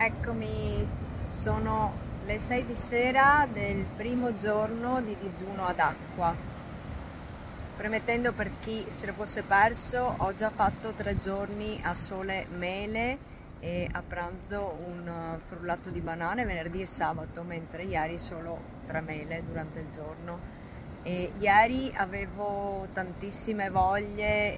Eccomi, sono le 6 di sera del primo giorno di digiuno ad acqua. Premettendo, per chi se lo fosse perso, ho già fatto 3 giorni a sole mele e a pranzo un frullato di banane venerdì e sabato, mentre ieri solo 3 mele durante il giorno. E ieri avevo tantissime voglie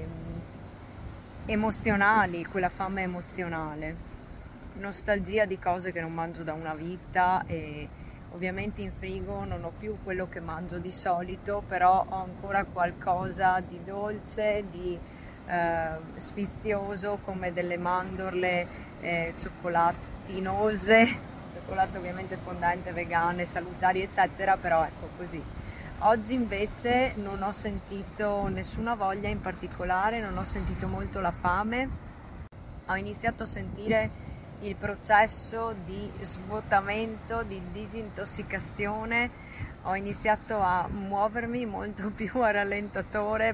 emozionali, quella fame emozionale, nostalgia di cose che non mangio da una vita, e ovviamente in frigo non ho più quello che mangio di solito, però ho ancora qualcosa di dolce, di sfizioso, come delle mandorle cioccolattinose, cioccolato ovviamente fondente, vegane, salutari eccetera, però ecco così. Oggi invece non ho sentito nessuna voglia in particolare, non ho sentito molto la fame, ho iniziato a sentire il processo di svuotamento, di disintossicazione, ho iniziato a muovermi molto più a rallentatore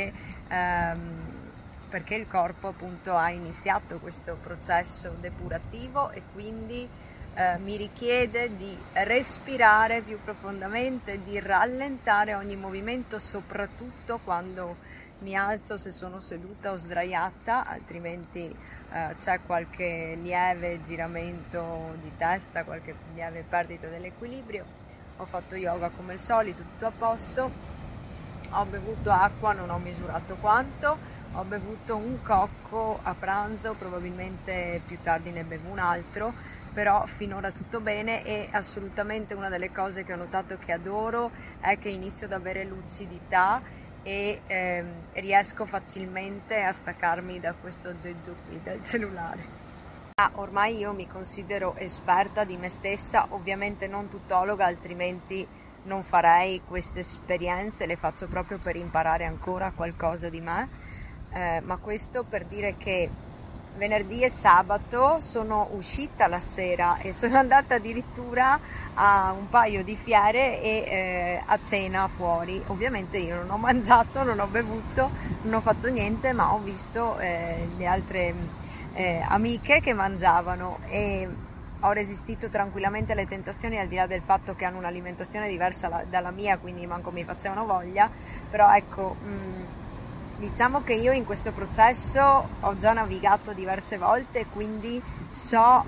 perché il corpo appunto ha iniziato questo processo depurativo e quindi mi richiede di respirare più profondamente, di rallentare ogni movimento, soprattutto quando mi alzo, se sono seduta o sdraiata, altrimenti c'è qualche lieve giramento di testa, qualche lieve perdita dell'equilibrio. Ho fatto yoga come al solito, tutto a posto, ho bevuto acqua, non ho misurato quanto, ho bevuto un cocco a pranzo, probabilmente più tardi ne bevo un altro, però finora tutto bene. E assolutamente una delle cose che ho notato che adoro è che inizio ad avere lucidità e riesco facilmente a staccarmi da questo aggeggio qui del cellulare. Ormai io mi considero esperta di me stessa, ovviamente non tutologa, altrimenti non farei queste esperienze, le faccio proprio per imparare ancora qualcosa di me, ma questo per dire che venerdì e sabato sono uscita la sera e sono andata addirittura a un paio di fiere e a cena fuori. Ovviamente io non ho mangiato, non ho bevuto, non ho fatto niente, ma ho visto le altre amiche che mangiavano e ho resistito tranquillamente alle tentazioni, al di là del fatto che hanno un'alimentazione diversa dalla mia, quindi manco mi facevano voglia. Però ecco, diciamo che io in questo processo ho già navigato diverse volte, quindi so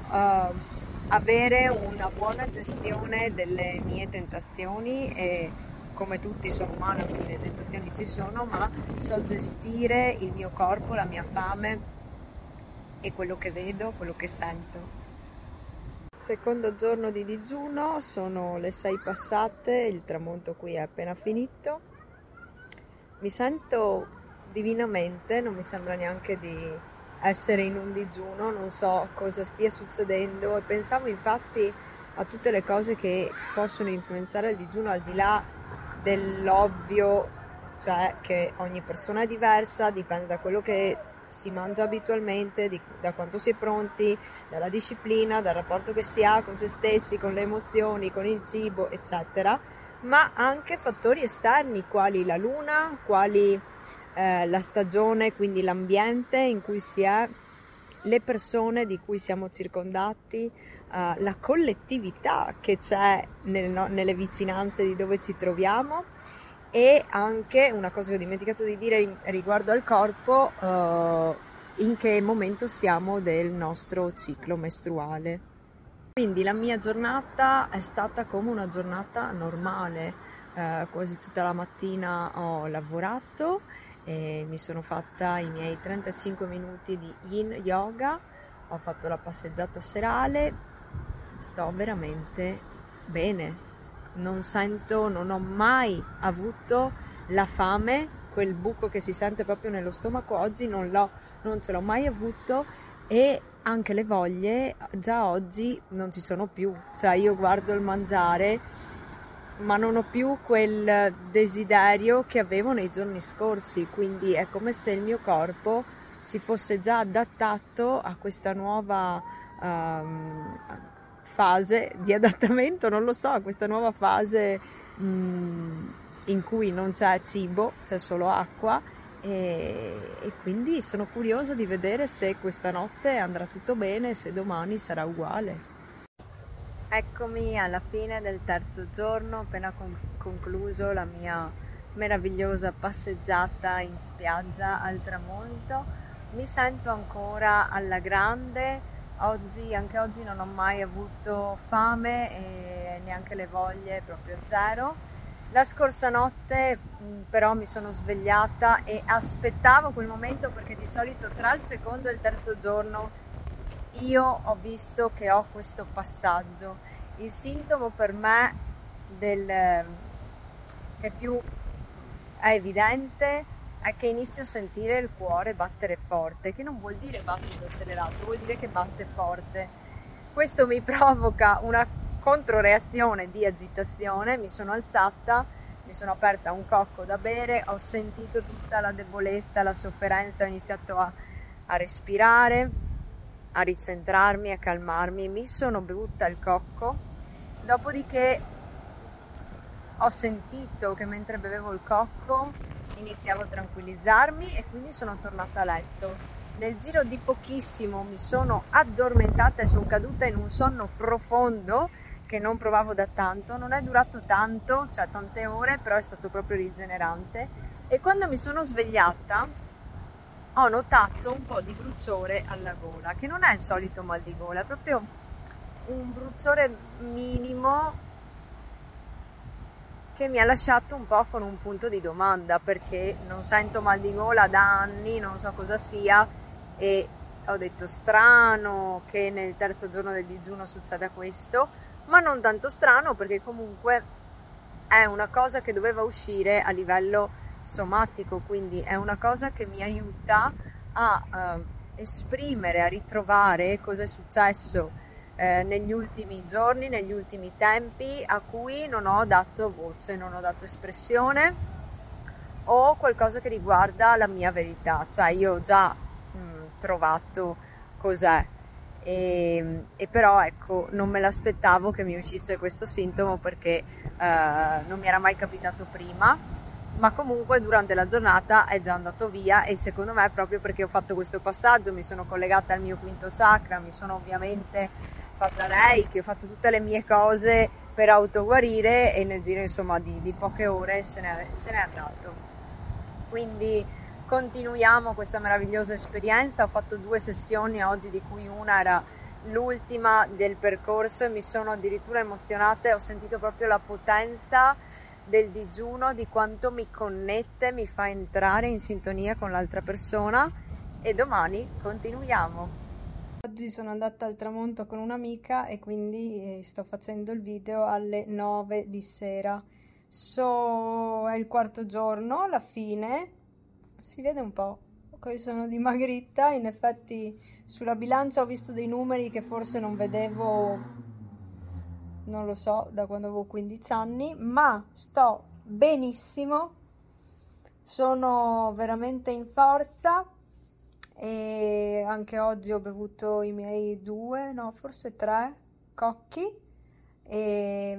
avere una buona gestione delle mie tentazioni, e come tutti sono umana, quindi le tentazioni ci sono, ma so gestire il mio corpo, la mia fame e quello che vedo, quello che sento. Secondo giorno di digiuno, sono le 6 passate, il tramonto qui è appena finito. Mi sento divinamente, non mi sembra neanche di essere in un digiuno, non so cosa stia succedendo, e pensavo infatti a tutte le cose che possono influenzare il digiuno, al di là dell'ovvio, cioè che ogni persona è diversa, dipende da quello che si mangia abitualmente, da quanto si è pronti, dalla disciplina, dal rapporto che si ha con se stessi, con le emozioni, con il cibo, eccetera, ma anche fattori esterni quali la luna, quali la stagione, quindi l'ambiente in cui si è, le persone di cui siamo circondati, la collettività che c'è nelle vicinanze di dove ci troviamo, e anche una cosa che ho dimenticato di dire riguardo al corpo, in che momento siamo del nostro ciclo mestruale. Quindi la mia giornata è stata come una giornata normale, quasi tutta la mattina ho lavorato e mi sono fatta i miei 35 minuti di yin yoga, ho fatto la passeggiata serale, sto veramente bene, non ho mai avuto la fame, quel buco che si sente proprio nello stomaco oggi non ce l'ho mai avuto, e anche le voglie già oggi non ci sono più, cioè io guardo il mangiare ma non ho più quel desiderio che avevo nei giorni scorsi, quindi è come se il mio corpo si fosse già adattato a questa nuova fase di adattamento, non lo so, a questa nuova fase in cui non c'è cibo, c'è solo acqua, e quindi sono curiosa di vedere se questa notte andrà tutto bene, se domani sarà uguale. Eccomi alla fine del terzo giorno, appena concluso la mia meravigliosa passeggiata in spiaggia al tramonto. Mi sento ancora alla grande. Anche oggi non ho mai avuto fame e neanche le voglie, proprio zero. La scorsa notte però mi sono svegliata e aspettavo quel momento, perché di solito tra il secondo e il terzo giorno io ho visto che ho questo passaggio. Il sintomo per me che più è evidente è che inizio a sentire il cuore battere forte, che non vuol dire battito accelerato, vuol dire che batte forte. Questo mi provoca una controreazione di agitazione. Mi sono alzata, mi sono aperta un cocco da bere, ho sentito tutta la debolezza, la sofferenza, ho iniziato a respirare, a ricentrarmi, a calmarmi, mi sono bevuta il cocco, dopodiché ho sentito che mentre bevevo il cocco iniziavo a tranquillizzarmi e quindi sono tornata a letto. Nel giro di pochissimo mi sono addormentata e sono caduta in un sonno profondo che non provavo da tanto. Non è durato tanto, cioè tante ore, però è stato proprio rigenerante. E quando mi sono svegliata ho notato un po' di bruciore alla gola, che non è il solito mal di gola, è proprio un bruciore minimo che mi ha lasciato un po' con un punto di domanda, perché non sento mal di gola da anni, non so cosa sia, e ho detto strano che nel terzo giorno del digiuno succeda questo, ma non tanto strano perché comunque è una cosa che doveva uscire a livello somatico, quindi è una cosa che mi aiuta a esprimere, a ritrovare cosa è successo negli ultimi giorni, negli ultimi tempi, a cui non ho dato voce, non ho dato espressione, o qualcosa che riguarda la mia verità. Cioè io ho già trovato cos'è, e però ecco, non me l'aspettavo che mi uscisse questo sintomo, perché non mi era mai capitato prima, ma comunque durante la giornata è già andato via, e secondo me proprio perché ho fatto questo passaggio, mi sono collegata al mio quinto chakra, mi sono ovviamente fatta Reiki, ho fatto tutte le mie cose per autoguarire, e nel giro insomma di poche ore se n'è andato. Quindi continuiamo questa meravigliosa esperienza. Ho fatto 2 sessioni oggi, di cui una era l'ultima del percorso, e mi sono addirittura emozionata e ho sentito proprio la potenza del digiuno, di quanto mi connette, mi fa entrare in sintonia con l'altra persona, e domani continuiamo. Oggi sono andata al tramonto con un'amica e quindi sto facendo il video alle 9 di sera. È il quarto giorno, alla fine si vede un po', poi sono dimagrita. In effetti sulla bilancia ho visto dei numeri che forse non vedevo, non lo so, da quando avevo 15 anni, ma sto benissimo, sono veramente in forza. E anche oggi ho bevuto i miei 2, no, forse 3 cocchi, e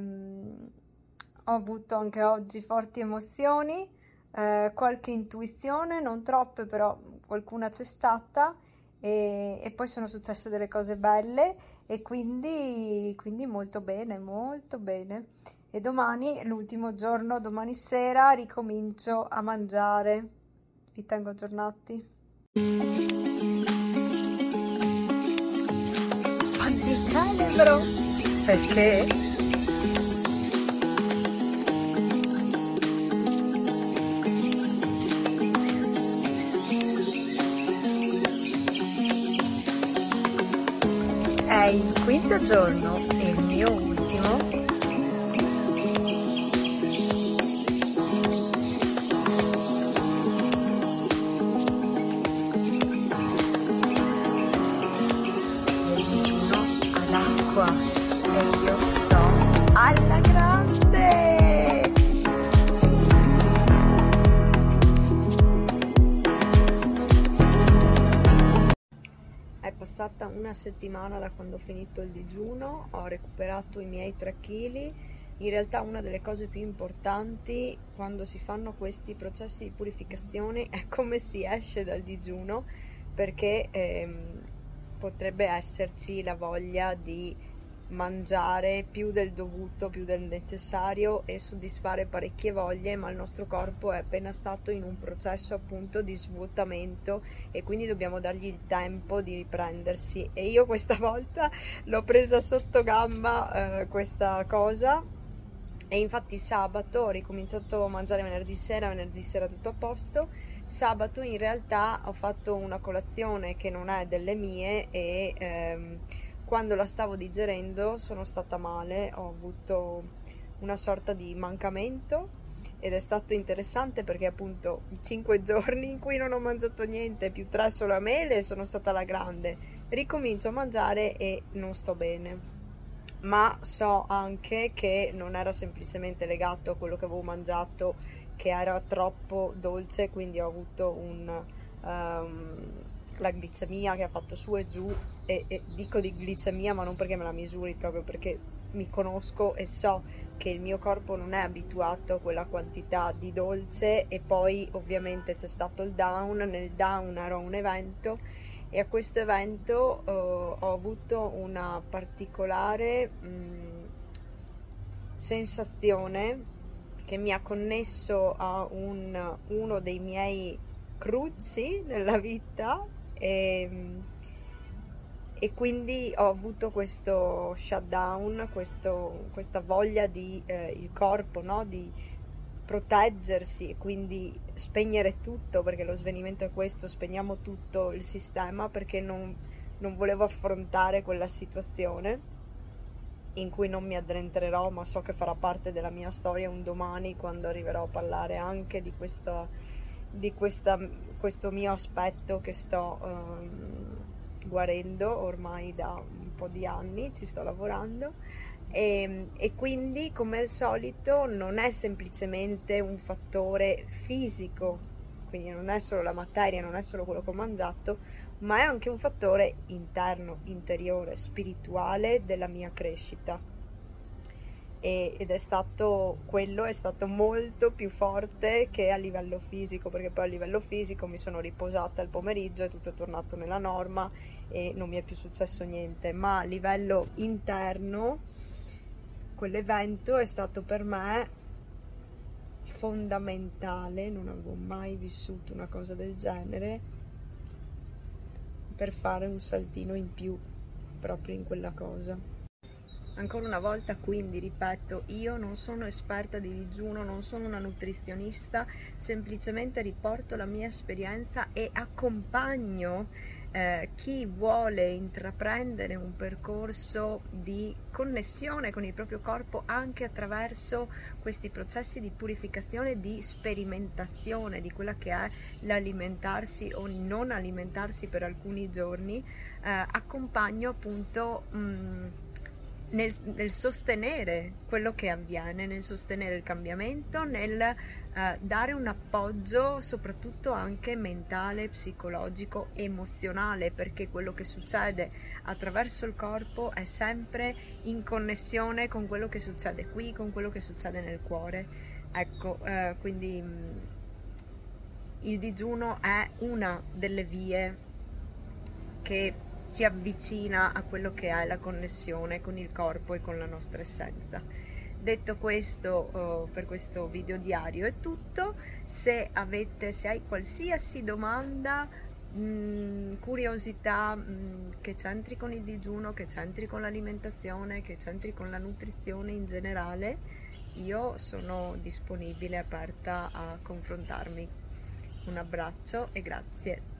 ho avuto anche oggi forti emozioni, qualche intuizione, non troppe, però qualcuna c'è stata, e poi sono successe delle cose belle, e quindi molto bene, molto bene. E domani, l'ultimo giorno, domani sera ricomincio a mangiare. Vi tengo aggiornati. Oggi celebro perché è il quinto giorno e il mio ultimo. E io sto alla grande. È passata una settimana da quando ho finito il digiuno, ho recuperato i miei 3 kg, in realtà una delle cose più importanti quando si fanno questi processi di purificazione è come si esce dal digiuno, perché potrebbe esserci la voglia di mangiare più del dovuto, più del necessario e soddisfare parecchie voglie, ma il nostro corpo è appena stato in un processo appunto di svuotamento e quindi dobbiamo dargli il tempo di riprendersi. E io questa volta l'ho presa sotto gamba questa cosa, e infatti sabato ho ricominciato a mangiare venerdì sera tutto a posto. Sabato in realtà ho fatto una colazione che non è delle mie e quando la stavo digerendo sono stata male, ho avuto una sorta di mancamento ed è stato interessante perché appunto 5 giorni in cui non ho mangiato niente più 3 solo a mele sono stata alla grande. Ricomincio a mangiare e non sto bene, ma so anche che non era semplicemente legato a quello che avevo mangiato, che era troppo dolce, quindi ho avuto la glicemia che ha fatto su e giù, e dico di glicemia ma non perché me la misuri, proprio perché mi conosco e so che il mio corpo non è abituato a quella quantità di dolce. E poi ovviamente c'è stato il down, nel down ero a un evento e a questo evento ho avuto una particolare sensazione che mi ha connesso a uno dei miei cruzi nella vita, e quindi ho avuto questo shutdown, questa voglia di il corpo, no? Di proteggersi e quindi spegnere tutto, perché lo svenimento è questo, spegniamo tutto il sistema, perché non volevo affrontare quella situazione in cui non mi addrenterò, ma so che farà parte della mia storia un domani, quando arriverò a parlare anche di questo mio aspetto che sto guarendo ormai da un po' di anni, ci sto lavorando. E quindi, come al solito, non è semplicemente un fattore fisico, quindi non è solo la materia, non è solo quello che ho mangiato, ma è anche un fattore interno, interiore, spirituale della mia crescita. Ed è stato molto più forte che a livello fisico, perché poi a livello fisico mi sono riposata il pomeriggio e tutto è tornato nella norma e non mi è più successo niente, ma a livello interno quell'evento è stato per me fondamentale. Non avevo mai vissuto una cosa del genere, per fare un saltino in più proprio in quella cosa. Ancora una volta, quindi, ripeto, io non sono esperta di digiuno, non sono una nutrizionista, semplicemente riporto la mia esperienza e accompagno chi vuole intraprendere un percorso di connessione con il proprio corpo anche attraverso questi processi di purificazione, di sperimentazione di quella che è l'alimentarsi o non alimentarsi per alcuni giorni. Accompagno appunto nel sostenere quello che avviene, nel sostenere il cambiamento, nel dare un appoggio soprattutto anche mentale, psicologico, emozionale, perché quello che succede attraverso il corpo è sempre in connessione con quello che succede qui, con quello che succede nel cuore. Ecco, quindi il digiuno è una delle vie che ci avvicina a quello che è la connessione con il corpo e con la nostra essenza. Detto questo, per questo video diario è tutto. Se hai qualsiasi domanda, curiosità che c'entri con il digiuno, che c'entri con l'alimentazione, che c'entri con la nutrizione in generale, io sono disponibile, aperta a confrontarmi. Un abbraccio e grazie.